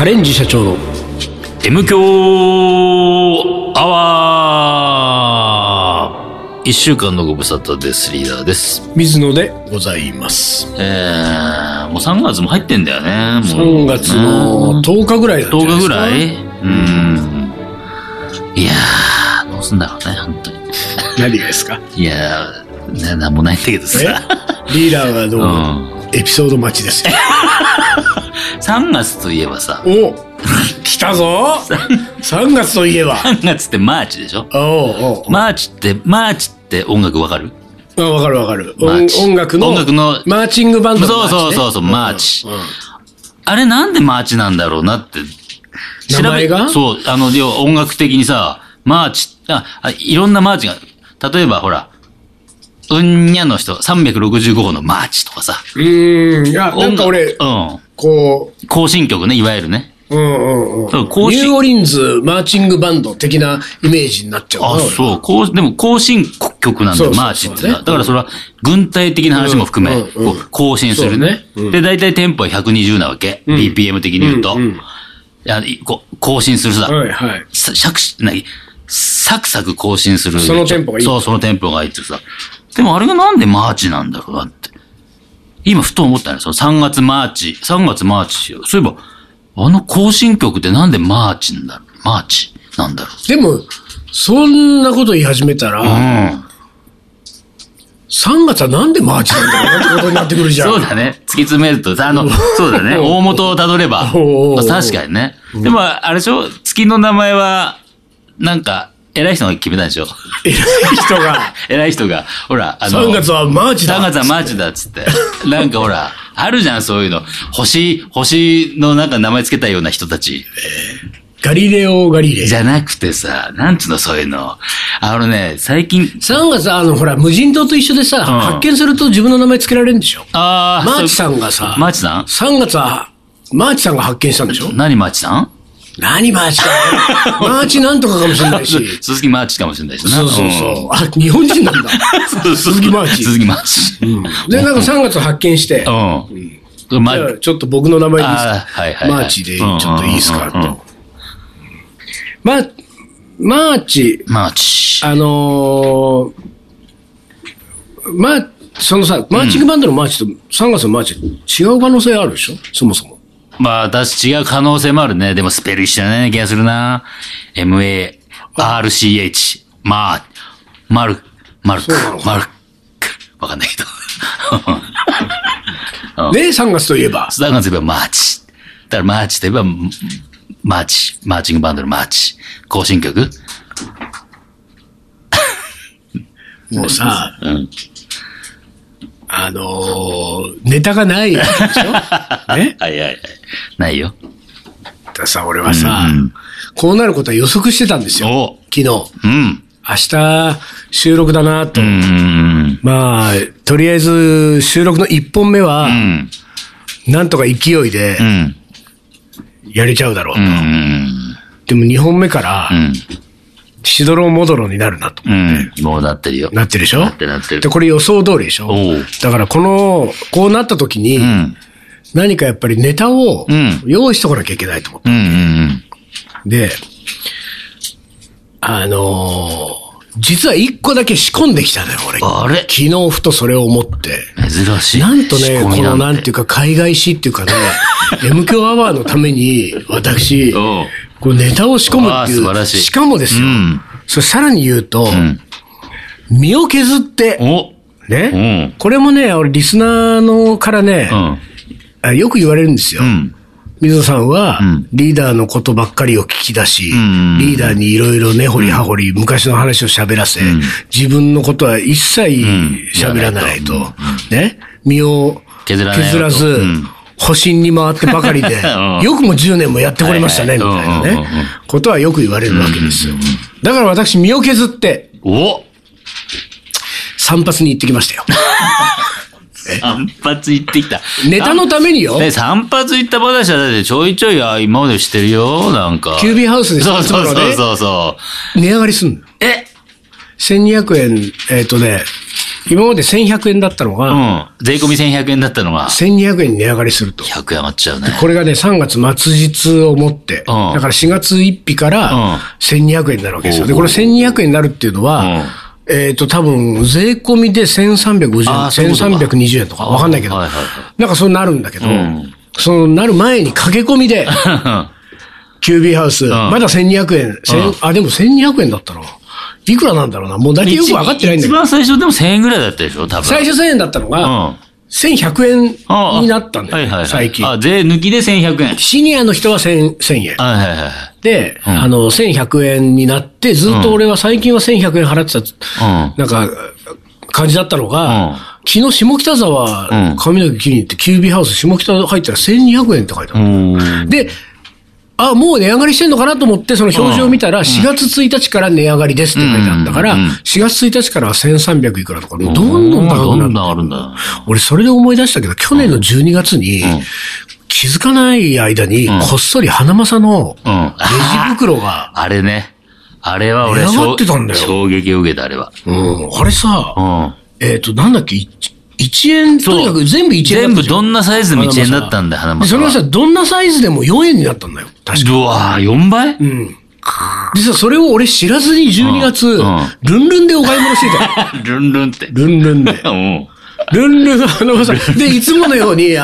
カレンジ社長の M 強アワー。一週間のご無沙汰です。リーダーです。 水野でございます。 もう3月も入ってんだよね。 もう3月の10日ぐらいなんじゃないですか。10日ぐらい。 いやー、どうすんだろうね、本当に。 何がですか。 いやー、なんもないんだけどさ。 リーダーはどう、エピソード待ちですよ。 3月といえばさ。 お来たぞ3月といえば。 3月ってマーチでしょ。マーチって音楽わかる？ わかるわかる。音楽のマーチングバンドのマーチ、ね。 そう、マーチ。あれなんでマーチなんだろうなって。 名前が？ そう、要は音楽的にさ、マーチ、いろんなマーチが、例えばほら、うんにゃの人、365号のマーチとかさ。 いや、なんか俺、こう。 行進曲ね、いわゆるね。 ニューオリンズマーチングバンド的なイメージになっちゃう。 そう。でも行進曲なんだよ、マーチってのは。だからそれは軍隊的な話も含め、行進するね。で、大体テンポは120なわけ。BPM 的に言うと。行進するさ。サクサク行進する。 そのテンポがいい。 そう、そのテンポがいいってさ。でもあれがなんでマーチなんだろうなって。今ふと思ったね。その3月マーチ。そういえば、行進曲ってなんでマーチなんだろう。 でも、そんなこと言い始めたら、3月はなんでマーチなんだろうなってことになってくるじゃん。 そうだね。突き詰めると、そうだね。大元をたどれば。確かにね。でも、あれでしょ、月の名前は、なんか、偉い人が決めたんでしょ。偉い人が、ほら、 3月はマーチだ。 3月はマーチだっつって。なんかほら、あるじゃん、そういうの。星のなんか名前つけたような人たち。 ガリレオ・ガリレイ。 じゃなくてさ、なんつうの、そういうの。最近。 3月ほら、無人島と一緒でさ、発見すると自分の名前つけられるんでしょ。マーチさんがさ、 マーチさん ?3 月は、マーチさんが発見したんでしょ。 何マーチさん？ 何マーチかマーチなんとかかもしれないし。 鈴木マーチかもしれないしな。 そう。日本人なんだ。鈴木マーチ。 鈴木マーチ。 で、なんか3月発見して。じゃあ、ちょっと僕の名前でいいですか？マーチで、ちょっといいですかと。マーチ。そのさ、マーチングバンドのマーチと3月のマーチ違う可能性あるでしょ？そもそも。 私違う可能性もあるね。でもスペル一緒じゃない気がするな。MARCH。マルク。わかんないけど。 ね、3月といえば。 3月といえばマーチ。だからマーチといえば、マーチングバンドのマーチ。行進曲もうさ、ネタがないでしょね。 はい。ないよ。 ださ、俺はさ、こうなることは予測してたんですよ。昨日。明日、収録だなと。とりあえず、収録の1本目は、なんとか勢いで、やれちゃうだろうと。でも2本目から、しどろもどろになるなと思って。 もうなってるよ。 なってるでしょ？ なってる。 で、これ予想通りでしょ？だからこうなった時に、何かやっぱりネタを用意しとかなきゃいけないと思った。で、実は一個だけ仕込んできたのよ、俺。昨日ふとそれを思って。 珍しい。 なんとね、なんていうか海外史っていうかね、M 強アワーのために、私、ネタを仕込むっていう。しかもですよ。それさらに言うと、身を削って、ね。これもね、俺リスナーのからね、よく言われるんですよ。水野さんは、リーダーのことばっかりを聞き出し、リーダーにいろいろ根掘り葉掘り、昔の話を喋らせ、自分のことは一切喋らないと、ね。身を削らず、保身に回ってばかりで、よくも10年もやってこれましたね、みたいなね。ことはよく言われるわけですよ。だから私、身を削って、散髪に行ってきましたよ。 散髪行ってきた。 ネタのためによ。 散髪行った話はだってちょいちょい今までしてるよ、なんか。 キュービーハウスでそう。 値上がりすんの。1200円、 今まで1100円だったのが、 税込み1100円だったのが、 1200円に値上がりすると。 100円上がっちゃうね。 これがね、3月末日をもって、だから4月1日から1200円になるわけですよ。で、これ1200円になるっていうのは、多分、税込みで1350円、1320円とかわかんないけど、なんかそうなるんだけど、そのなる前に駆け込みで、キュービーハウス、まだ1200円、でも1200円だったな。いくらなんだろうな。もうだけよく分かってないんだけど。 一番最初でも1000円ぐらいだったでしょ多分。 最初1000円だったのが、1100円になったんだよ。最近。 税抜きで1100円。 シニアの人は1000円。で、1100円になって、ずっと俺は最近は1100円払ってた、なんか、感じだったのが、昨日下北沢、髪の毛切りに行って、キュービーハウス下北入ったら1200円って書いてある。で、もう値上がりしてんのかなと思って、その表示を見たら、4月1日から値上がりですって書いてあったから、4月1日からは1300いくらとか、どんどん高くなるんだ。俺、それで思い出したけど、去年の12月に、気づかない間に、こっそり花正のレジ袋が、 あれね。あれは俺、衝撃を受けた、あれは。 あれさ、なんだっけ、1円、とにかく全部1円。 全部どんなサイズでも1円だったんだよ、花正。 それがさ、どんなサイズでも4円になったんだよ。確かに。 うわぁ、4倍？ でさ、それを俺知らずに12月、ルンルンでお買い物してたよ。 ルンルンって。 ルンルンで。ルンルン、花正。で、いつものように、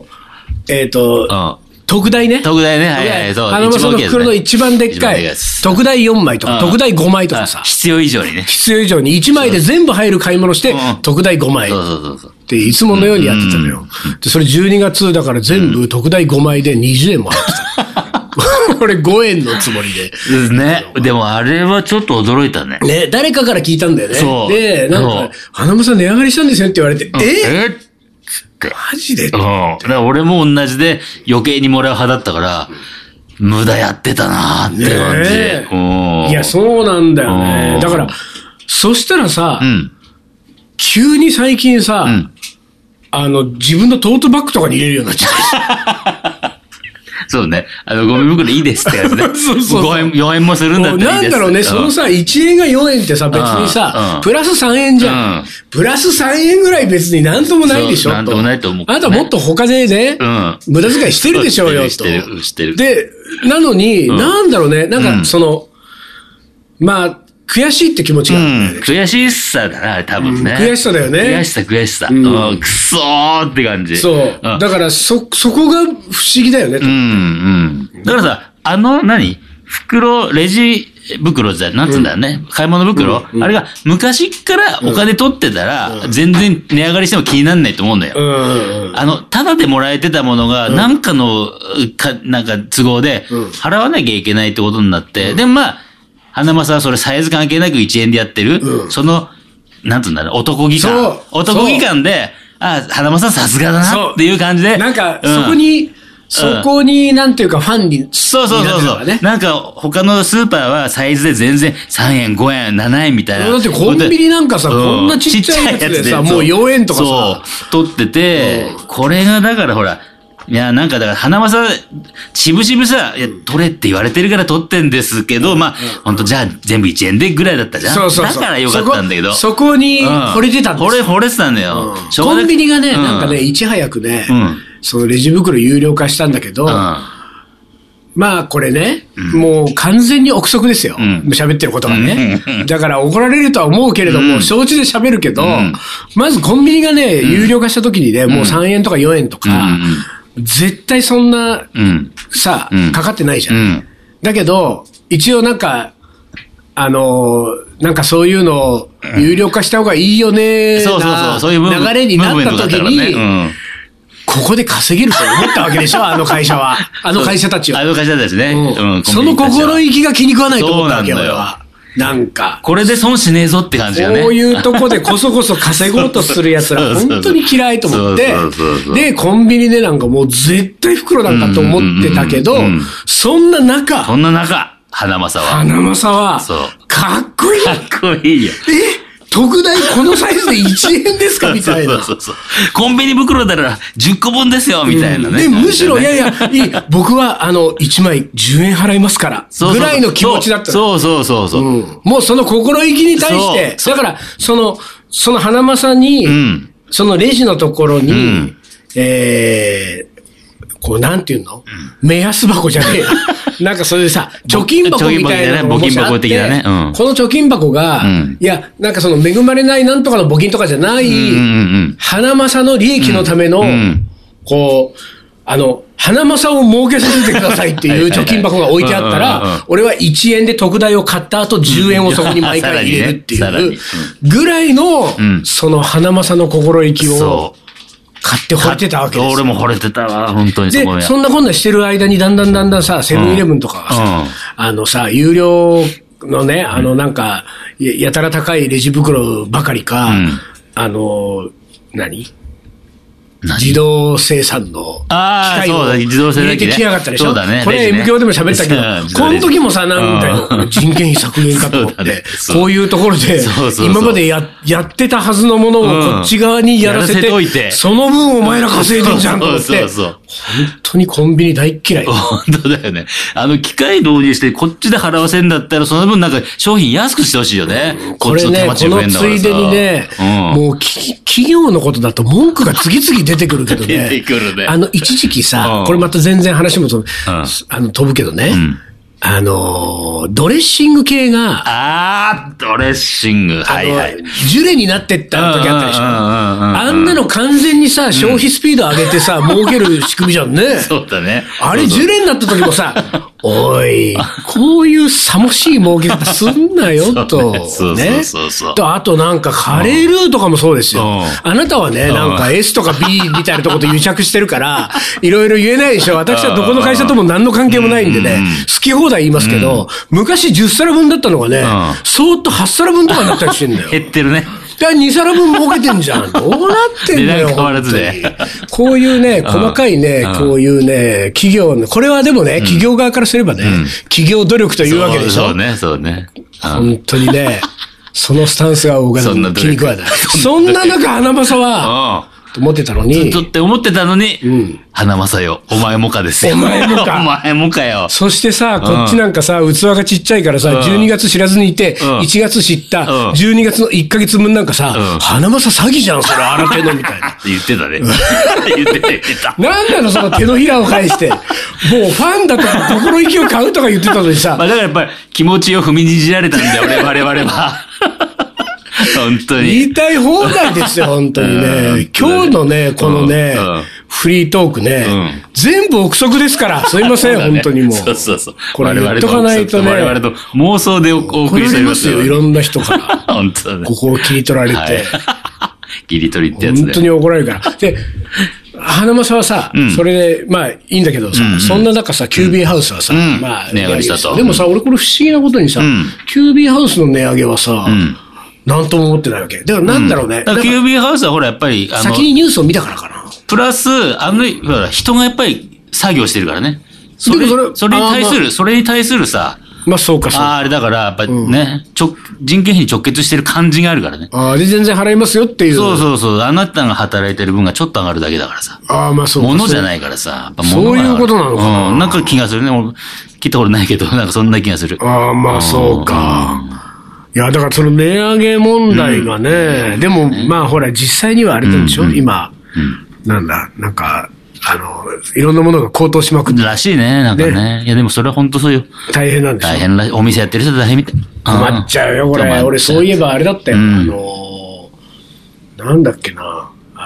特大ね。 特大ね。はいはい。そう。 花正の袋の一番でっかい。特大4枚とか、特大5枚とかさ。 必要以上にね。 必要以上に1枚で全部入る買い物して、特大5枚。っていつものようにやってたのよ。で、それ12月だから全部特大5枚で20円も入ってた。俺5円のつもりで。 ね。でもあれはちょっと驚いたね。 ね、誰かから聞いたんだよね。 そう。 で、なんか、花正値上がりしたんですよって言われて、マジで？ だから俺も同じで余計にもらう派だったから、無駄やってたなーって感じ。 いや、そうなんだよね。だから、そしたらさ、急に最近さ、自分のトートバッグとかに入れるようになっちゃった。 そうね。ゴミ袋いいですってやつね。5円、4円もするんだったらいいです。 なんだろうね、そのさ、1円が4円ってさ、別にさ、プラス3円じゃん。プラス3円ぐらい別になんともないでしょ。 なんともないと思う。 あなたもっと他でね、無駄遣いしてるでしょうよ、と。 してる。 で、なのに、なんだろうね、なんかその、まあ、悔しいって気持ちがあるんだよね。 悔しさだな、多分ね。 悔しさだよね。 悔しさ。くそーって感じ。 そう。だから、そこが不思議だよね。 だからさ、袋、レジ袋じゃ、なんつうんだよね。買い物袋あれが昔からお金取ってたら、全然値上がりしても気にならないと思うんだよ。ただでもらえてたものが、なんかの、なんか都合で、払わなきゃいけないってことになって、でもまあ、花正はそれサイズ関係なく1円でやってる、その、なんつうんだろう、男気感。男気感で、花正さすがだなっていう感じで。 なんか、そこに、なんていうかファンに。 そう。なんか、他のスーパーはサイズで全然3円、5円、7円みたいな。 だってコンビニなんかさ、こんなちっちゃいやつでさ、もう4円とかさ。 取ってて、これがだからほら、いや、なんかだから、花正、しぶしぶさ、取れって言われてるから取ってんですけど、まあ、ほんと、じゃあ全部1円でぐらいだったじゃん。だからよかったんだけど。 そこに惚れてたんですよ。 惚れてたんだよ。 コンビニがね、なんかね、いち早くね、そのレジ袋有料化したんだけど、まあこれね、もう完全に憶測ですよ。喋ってることがね。だから怒られるとは思うけれども、承知で喋るけど、まずコンビニがね、有料化した時にね、もう3円とか4円とか、絶対そんな、さ、かかってないじゃん。だけど、一応なんか、なんかそういうのを有料化した方がいいよね、 そういう流れになった時に、ここで稼げると思ったわけでしょ、あの会社は。あの会社たちは。 あの会社たちね。 その心意気が気に食わないと思ったわけよ、俺は。なんか。 これで損しねえぞって感じだね。 こういうとこでこそこそ稼ごうとする奴ら本当に嫌いと思って。で、コンビニでなんかもう絶対袋なんかと思ってたけど、そんな中、 花正は。 かっこいい。 かっこいいよ。 特大このサイズで1円ですかみたいな。 コンビニ袋だら10個分ですよみたいなね。 むしろ、いや、僕は1枚10円払いますから。ぐらいの気持ちだった。 そう。 もうその心意気に対して、だから、 その花正に、そのレジのところに、こう、なんていうの、目安箱じゃねえよ。なんかそれでさ、貯金箱みたいなのがもしあって、この貯金箱が、いや、なんかその恵まれないなんとかの募金とかじゃない、花正の利益のための、こう、花正を儲けさせてくださいっていう貯金箱が置いてあったら、俺は1円で特大を買った後10円をそこに毎回入れるっていうぐらいの、その花正の心意気を、買って惚れてたわけですよ。 俺も惚れてたわ、本当に。 で、そんなこんなしてる間にだんだんさ、セブンイレブンとかがさ、有料のね、なんか、やたら高いレジ袋ばかりか、自動生産の機械を入れてきやがったでしょ。これ M 響でも喋ったけど、この時もさ、なんだよ、人件費削減かと思って、こういうところで、今までやってたはずのものをこっち側にやらせて、その分お前ら稼いでんじゃんと思って、本当にコンビニ大嫌い。 本当だよね。機械導入してこっちで払わせんだったら、その分なんか商品安くしてほしいよね。 これね、このついでにね、もう企業のことだと文句が次々出てくるけどね。 出てくるね。 一時期さ、これまた全然話も飛ぶけどね。ドレッシング系が。 ドレッシング。はいはい。 ジュレになってった時あったでしょ。あんなの完全にさ、消費スピード上げてさ、儲ける仕組みじゃんね。 そうだね。 あれ、ジュレになった時もさ、おい、こういうさもしい儲け方すんなよ、と。ね。あとなんかカレールーとかもそうですよ。あなたはね、なんか S とか B みたいなところと癒着してるから、いろいろ言えないでしょ。私はどこの会社とも何の関係もないんでね、好き放題言いますけど、昔10皿分だったのがね、そーっと8皿分とかになったりしてんだよ。 減ってるね。 2皿分儲けてんじゃん。どうなってんだよ。 変わらずね。 こういうね、細かいね、こういうね、企業、これはでもね、企業側からすればね、企業努力というわけでしょ。 そうね、そうね。 本当にね、そのスタンスが僕は気に食わない。そんな中、花正は、と思ってたのに。 ずっとって思ってたのに、花正よ。お前もかですよ。 お前もか。 お前もかよ。 そしてさ、こっちなんかさ、器がちっちゃいからさ、12月知らずにいて、1月知った、12月の1ヶ月分なんかさ、花正詐欺じゃん、それ、新手のみたいな。 言ってたね。言ってた。 なんなの、その手のひらを返して。もうファンだとか心意気を買うとか言ってたのにさ。 だからやっぱり気持ちを踏みにじられたんだよ、我々は。本当に。 言いたい放題ですよ、本当にね。今日のね、このね、フリートークね、全部憶測ですから、すいません、本当にもう。 そう。 これ言っとかないとね。 我々と妄想でお送りしておりますよ。いろんな人から。 本当ね。 ここを切り取られて。 切り取りってやつで。 本当に怒られるから。で、花正はさ、それで、まあいいんだけどさ、そんな中さ、キュービーハウスはさ、まあ、 値上げしたと。 でもさ、俺これ不思議なことにさ、キュービーハウスの値上げはさ、なんとも思ってないわけ。だからなんだろうね。 キュービーハウスはほらやっぱり、 先にニュースを見たからかな。 プラス、ほら、人がやっぱり作業してるからね。それに対するさ、 まあそうか。 あれだから、やっぱね、人件費に直結してる感じがあるからね。 で、全然払いますよっていう。 そう。あなたが働いてる分がちょっと上がるだけだからさ。 まあそうか。 物じゃないからさ。 そういうことなのかな。 なんか気がするね。俺、聞いたことないけど、なんかそんな気がする。 まあそうか。いや、だからその値上げ問題がね、でもまあほら実際にはあれなんでしょ、今。なんか、いろんなものが高騰しまくって。 らしいね、なんかね。いやでもそれは本当そうよ。 大変なんですよ。 大変らしい。お店やってる人大変みたい。 困っちゃうよ、これ。俺そういえばあれだったよ。なんだっけな。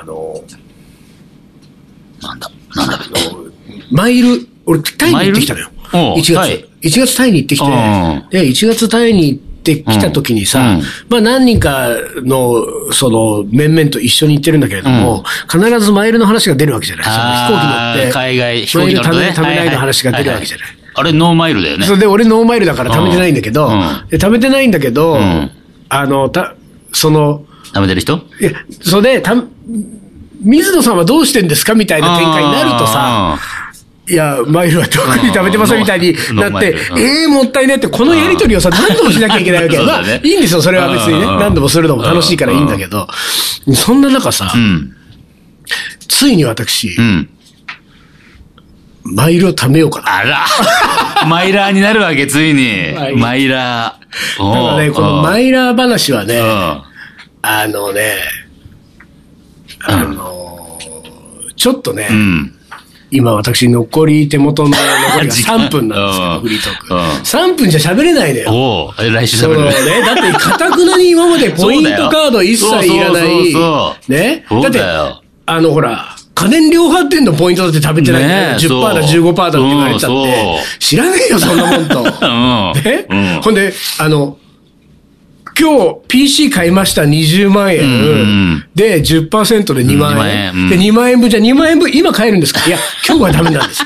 なんだマイル、俺タイに行ってきたのよ。1月タイに行ってきて、で、1月タイに行ってきた時にさ、まあ何人かの、面々と一緒に行ってるんだけれども、必ずマイルの話が出るわけじゃない。飛行機乗って、 海外、飛行機乗ってマイル貯めないの話が出るわけじゃない。 あれノーマイルだよね。 それで俺ノーマイルだから貯めてないんだけど、貯めてないんだけど、 貯めてる人？ いや、それで、水野さんはどうしてんですかみたいな展開になるとさ、いや、マイルは特に食べてませんみたいになって、もったいないって、このやりとりをさ、何度もしなきゃいけないわけよ。まあ、いいんですよ、それは別にね。何度もするのも楽しいからいいんだけど、そんな中さ、ついに私、マイルを貯めようかな。 あらマイラーになるわけ、ついに。マイラー。 だからね、このマイラー話はね、 ちょっとね、今私残り手元の残りが3分なんですけど、フリートーク。3分じゃ喋れないのよ。 来週喋るね。 だって、かたくなに今までポイントカード一切いらない。ね。だって、ほら、家電量販店のポイントだって食べてないから、10%だ、15%だって言われちゃって、知らねえよ、そんなもんと。ね。ほんで、今日 PC 買いました20万円で 10% で2万円。で、2万円分じゃ2万円分今買えるんですか？いや、今日はダメなんです。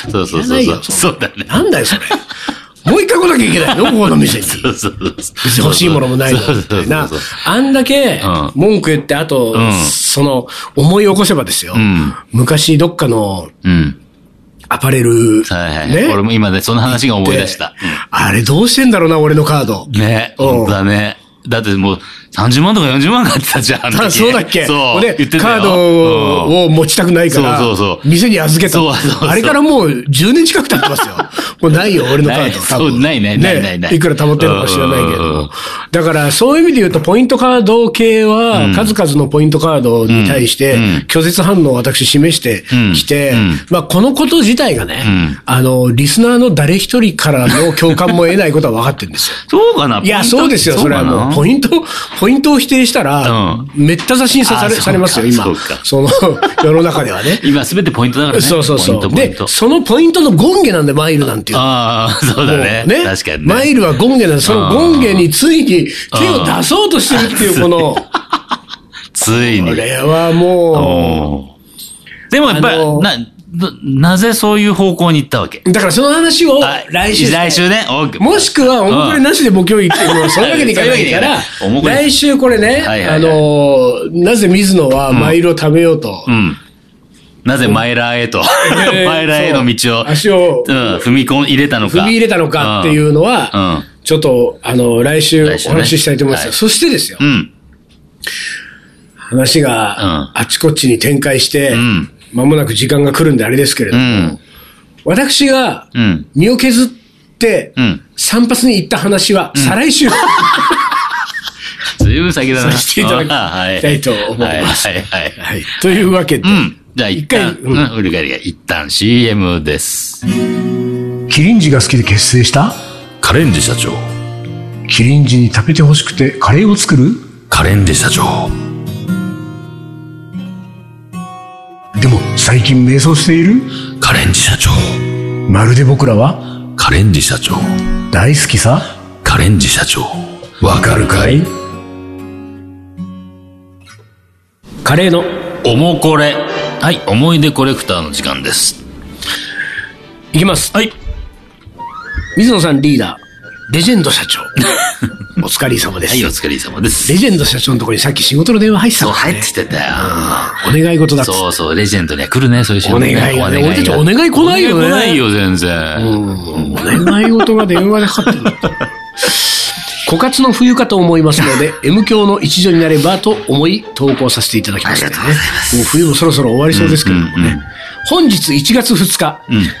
そう。そうだね。 なんだよ、それ。もう一回来なきゃいけないのここの店に。別に欲しいものもないのみたいな。あんだけ文句言って、あと、思い起こせばですよ。昔どっかの、アパレル。 ね。俺も今でその話が思い出した。 あれどうしてんだろうな、俺のカード。 ね。本当だね。だってもう30万とか40万買ってたじゃん。 そうだっけ？ そう。 で、カードを持ちたくないから、店に預けた。あれからもう10年近く経ってますよ。もうないよ、俺のカード。 そう、ない。 いくら貯まってるのか知らないけど。だから、そういう意味で言うと、ポイントカード系は、数々のポイントカードに対して、拒絶反応を私示してきて、まあ、このこと自体がね、リスナーの誰一人からの共感も得ないことは分かってるんですよ。 そうかな？ いや、そうですよ、それはもう、ポイントを否定したら、めった刺しにされますよ、今。その、世の中ではね。 今すべてポイントだからね。 そう。で、そのポイントの権下なんで、マイルなんていう。 ああ、そうだね。確かにね。 マイルは権下なんで、その権下についに手を出そうとしてるっていう、この。 ついに。 これはもう。でもやっぱり、なぜそういう方向に行ったわけ？ だからその話を来週ね。 もしくは、おもこれなしでも今日言っても、それだけでいかないから、来週これね、なぜ水野はマイルを食べようと。 なぜマイラーへと、マイラーへの道を、 足を踏み入れたのかっていうのは、ちょっと、来週お話ししたいと思います。そしてですよ。話があちこちに展開して、間もなく時間が来るんであれですけれども、私が身を削って散髪に行った話は再来週ずいぶん先だな。 させていただきたいと思います。というわけで、 じゃあ一旦 CM です。 キリンジが好きで結成したカレンジ社長。 キリンジに食べてほしくてカレーを作るカレンジ社長。 でも最近迷走しているカレンジ社長。 まるで僕らはカレンジ社長。 大好きさカレンジ社長。わかるかい？ カレーのおもこれ。はい、思い出コレクターの時間です。 いきます。 はい。 水野さんリーダー、レジェンド社長。お疲れ様です。 はい、お疲れ様です。 レジェンド社長のところにさっき仕事の電話入ってたからね。 そう、入ってきてたよ。 お願い事だって。 そう、レジェンドには来るね、そういう仕事ね。 お願いがね。俺たちお願い来ないよね。 来ないよ、全然。 お願い事が電話でかかってる。枯渇の冬かと思いますので、M 教の一助になればと思い投稿させていただきましたね。もう冬もそろそろ終わりそうですけれどもね。本日1月2日、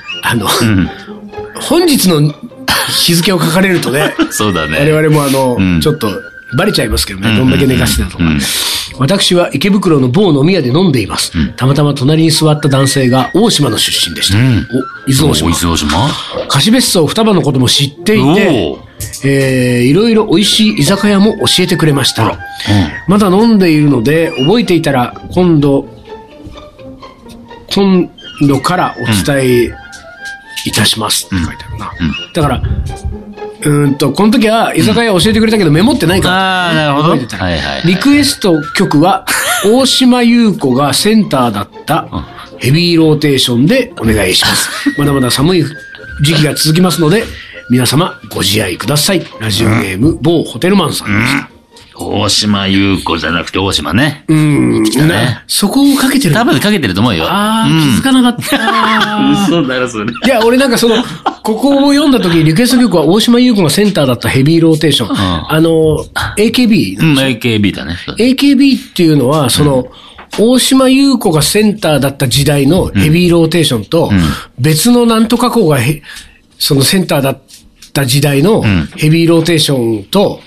本日の日付を書かれるとね、 そうだね。 我々もちょっとバレちゃいますけどね、どんだけ寝かしてたとか。私は池袋の某飲み屋で飲んでいます。たまたま隣に座った男性が大島の出身でした。伊豆大島。貸別荘双葉のことも知っていて、いろいろ美味しい居酒屋も教えてくれました。まだ飲んでいるので、覚えていたら今度からお伝えいたしますって書いてあるな。だから、この時は居酒屋教えてくれたけどメモってないから。 ああ、なるほど。 リクエスト曲は、大島優子がセンターだったヘビーローテーションでお願いします。まだまだ寒い時期が続きますので、皆様ご自愛ください。ラジオネーム、某ホテルマンさんでした。 大島優子じゃなくて大島ね。 そこをかけてる。 多分かけてると思うよ。 気づかなかった。 嘘だろ、それ。 いや、俺なんかここを読んだ時にリクエスト曲は大島優子がセンターだったヘビーローテーション。AKB。 AKB だね。 AKB っていうのは、大島優子がセンターだった時代のヘビーローテーションと、別のなんとか子がセンターだった時代のヘビーローテーションと、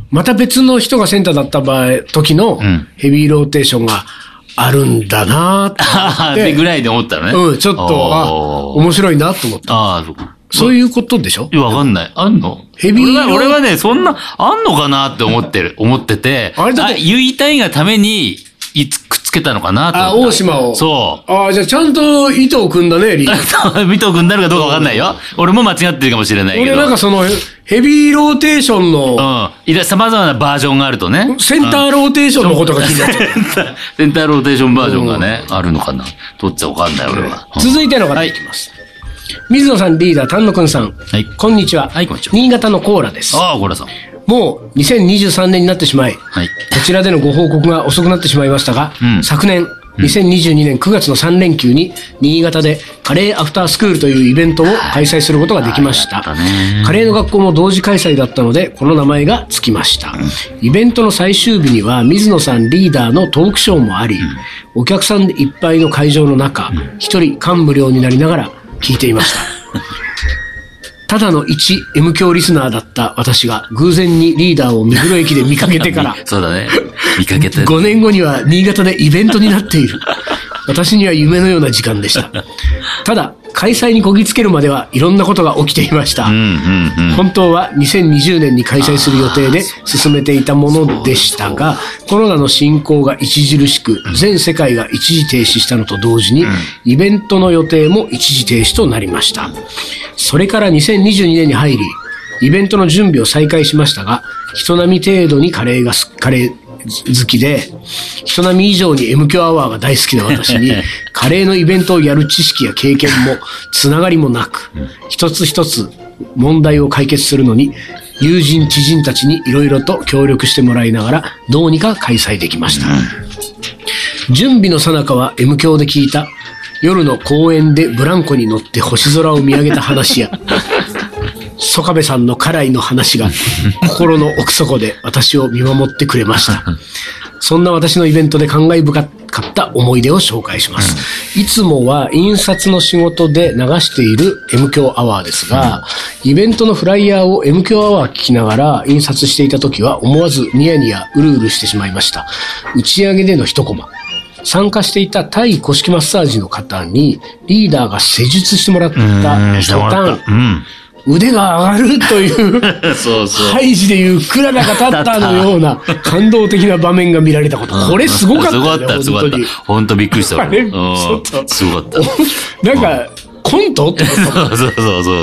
また別の人がセンターだった時のヘビーローテーションがあるんだなーってぐらいで思ったのね。 うん、ちょっと、面白いなと思った。そういうことでしょ？ わかんない。あんの？ヘビー俺はね、そんな、あんのかなって思ってて、言いたいがために、くっつけたのかなと思った。 大島を。 そう。 じゃあちゃんと糸を組んだね、 糸を組んだのかどうかわかんないよ。俺も間違ってるかもしれないけど。 俺なんかその、ヘビーローテーションの。 様々なバージョンがあるとね。 センターローテーションのことが気になっちゃう。 センターローテーションバージョンがね、あるのかな。どっちわかんない、俺は。 続いての方いきます。水野さん、リーダー、丹野くんさん。はい。こんにちは。はい、こんにちは。新潟のコーラです。 コーラさん。 もう2023年になってしまい、はい、こちらでのご報告が遅くなってしまいましたが、昨年、2022年9月の3連休に、新潟でカレーアフタースクールというイベントを開催することができました。カレーの学校も同時開催だったので、この名前がつきました。イベントの最終日には、水野さんリーダーのトークショーもあり、お客さんでいっぱいの会場の中、一人感無量になりながら聞いていました。ただの一 M 教リスナーだった私が偶然にリーダーを目黒駅で見かけてからそうだね。見かけて 5年後には新潟でイベントになっている。私には夢のような時間でした。ただ、開催にこぎつけるまではいろんなことが起きていました。本当は2020年に開催する予定で進めていたものでしたが、コロナの進行が著しく、全世界が一時停止したのと同時に、イベントの予定も一時停止となりました。それから2022年に入り、イベントの準備を再開しましたが、人並み程度にカレー好きで、人並み以上に M 響アワーが大好きな私に、カレーのイベントをやる知識や経験も、つながりもなく、一つ一つ問題を解決するのに、友人、知人たちにいろいろと協力してもらいながら、どうにか開催できました。準備の最中は M 響で聞いた、夜の公園でブランコに乗って星空を見上げた話や、曽我部さんの家来の話が心の奥底で私を見守ってくれました。そんな私のイベントで感慨深かった思い出を紹介します。いつもは印刷の仕事で流している M 響アワーですが、イベントのフライヤーを M 響アワー聞きながら印刷していた時は思わずニヤニヤうるうるしてしまいました。打ち上げでの一コマ。参加していたタイ古式マッサージの方にリーダーが施術してもらった途端、腕が上がるというハイジでいうクララが立ったのような感動的な場面が見られたこと。これすごかったね。 すごかった。本当びっくりした。 あれちょっとすごかった。 なんかコントってそう。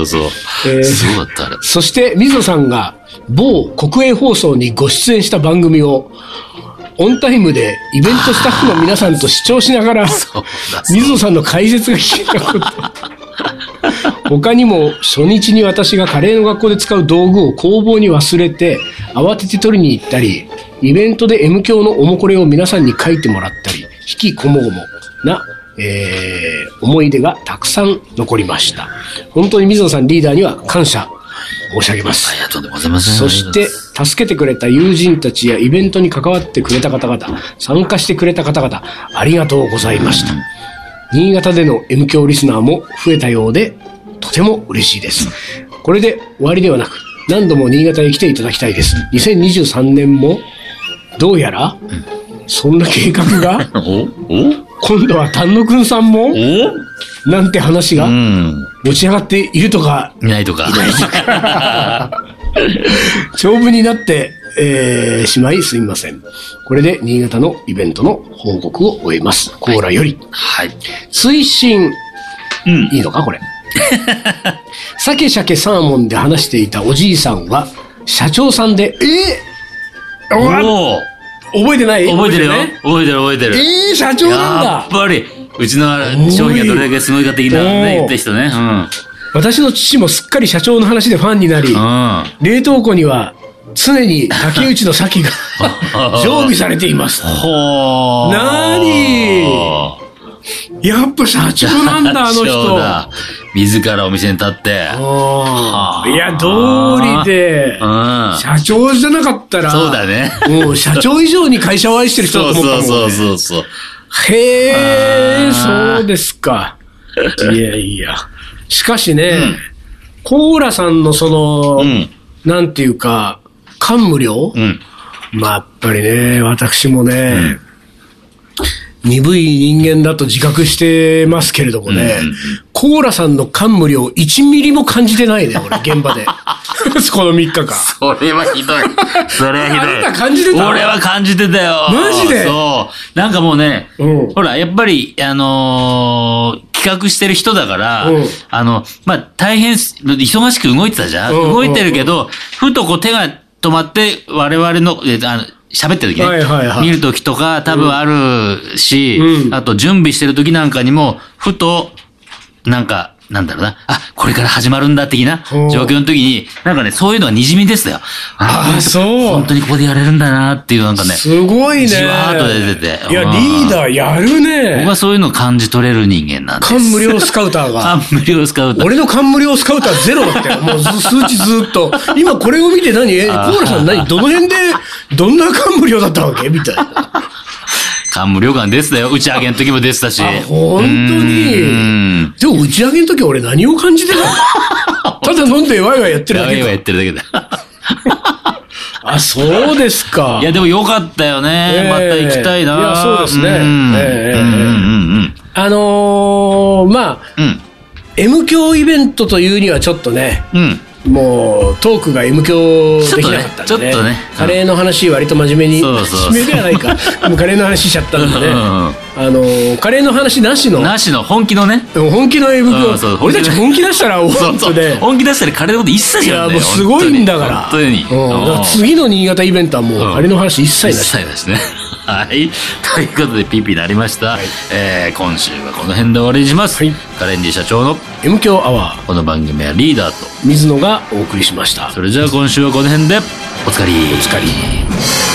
すごかったあれ。 そして水野さんが某国営放送にご出演した番組をオンタイムでイベントスタッフの皆さんと視聴しながら水野さんの解説が聞けたこと。他にも初日に私がカレーの学校で使う道具を工房に忘れて慌てて取りに行ったり、イベントで M 響のおもこれを皆さんに書いてもらったり、引きこもごもな、思い出がたくさん残りました。本当に水野さんリーダーには感謝申し上げます。 ありがとうございます。 そして助けてくれた友人たちやイベントに関わってくれた方々、参加してくれた方々、ありがとうございました。新潟での M 響リスナーも増えたようでとても嬉しいです。これで終わりではなく、何度も新潟へ来ていただきたいです。2023年もどうやら、そんな計画が今度は丹野くんさんもなんて話が持ち上がっているとかいないとか長文になってしまいすみません。これで新潟のイベントの報告を終えます。コーラより。 はい。 追伸。いいのかこれ。鮭鮭サーモンで話していたおじいさんは社長さんで、覚えてない？ 覚えてるよ。覚えてる。 社長なんだ。 やっぱり、うちの商品がどれだけすごいか的なね、言った人ね。 私の父もすっかり社長の話でファンになり、冷凍庫には常に竹内の鮭が常備されています。なにやっぱ社長なんだ、あの人。 自らお店に立って。いや、道理で、社長じゃなかったら、 そうだね。 もう社長以上に会社を愛してる人だと思ったもんね。 そう。 へー、そうですか。いや。しかしね、コーラさんのその、なんていうか、 感無量、まあ、やっぱりね、私もね、鈍い人間だと自覚してますけれどもね、コーラさんの感無量1ミリも感じてないね、俺、現場で。この3日間。 それはひどい。それはひどい。 あなた感じてた？ 俺は感じてたよ。 マジで？ そう。なんかもうね、ほら、やっぱり、企画してる人だから、まあ、大変、忙しく動いてたじゃん。動いてるけど、ふとこう手が止まって、我々の、喋ってる時ね、見る時とか多分あるし、あと準備してる時なんかにも、ふと、なんか、なんだろうな、これから始まるんだ的な状況の時に、なんかね、そういうのが滲みですよ。 そう。 本当にここでやれるんだなっていうなんかね。 すごいね。 じわーっと出てて。 いや、リーダーやるね。 僕はそういうのを感じ取れる人間なんです。 感無量スカウターが。 感無量スカウター。 俺の感無量スカウターゼロだったよ。もう数値ずっと。今これを見てコーラさんどの辺で、どんな感無量だったわけみたいな。 感無量感出てたよ。打ち上げの時も出てたし。 本当に。でも打ち上げの時俺何を感じてたの？ただ飲んでワイワイやってるだけ。 ワイワイやってるだけだ。 そうですか。 いや、でもよかったよね。また行きたいな。 いや、そうですね。まあ、M 響イベントというにはちょっとね、もうトークが M 響できなかったんで、 ちょっとね。 カレーの話割と真面目に、真面目ではないか。でもカレーの話しちゃったんでね。カレーの話なしの。 本気のね。 本気の M 響。俺たち本気出したら本当で。 本気出したらカレーのこと一切じゃんね。 いや、もうすごいんだから。 本当に。 次の新潟イベントはもうカレーの話一切なし。 一切なしね。はい。ということで、ピーピーになりました。今週はこの辺で終わりにします。カレンディ社長の M 響アワー。 この番組はリーダーと水野がお送りしました。 それじゃあ今週はこの辺で、おつかり。 おつかり。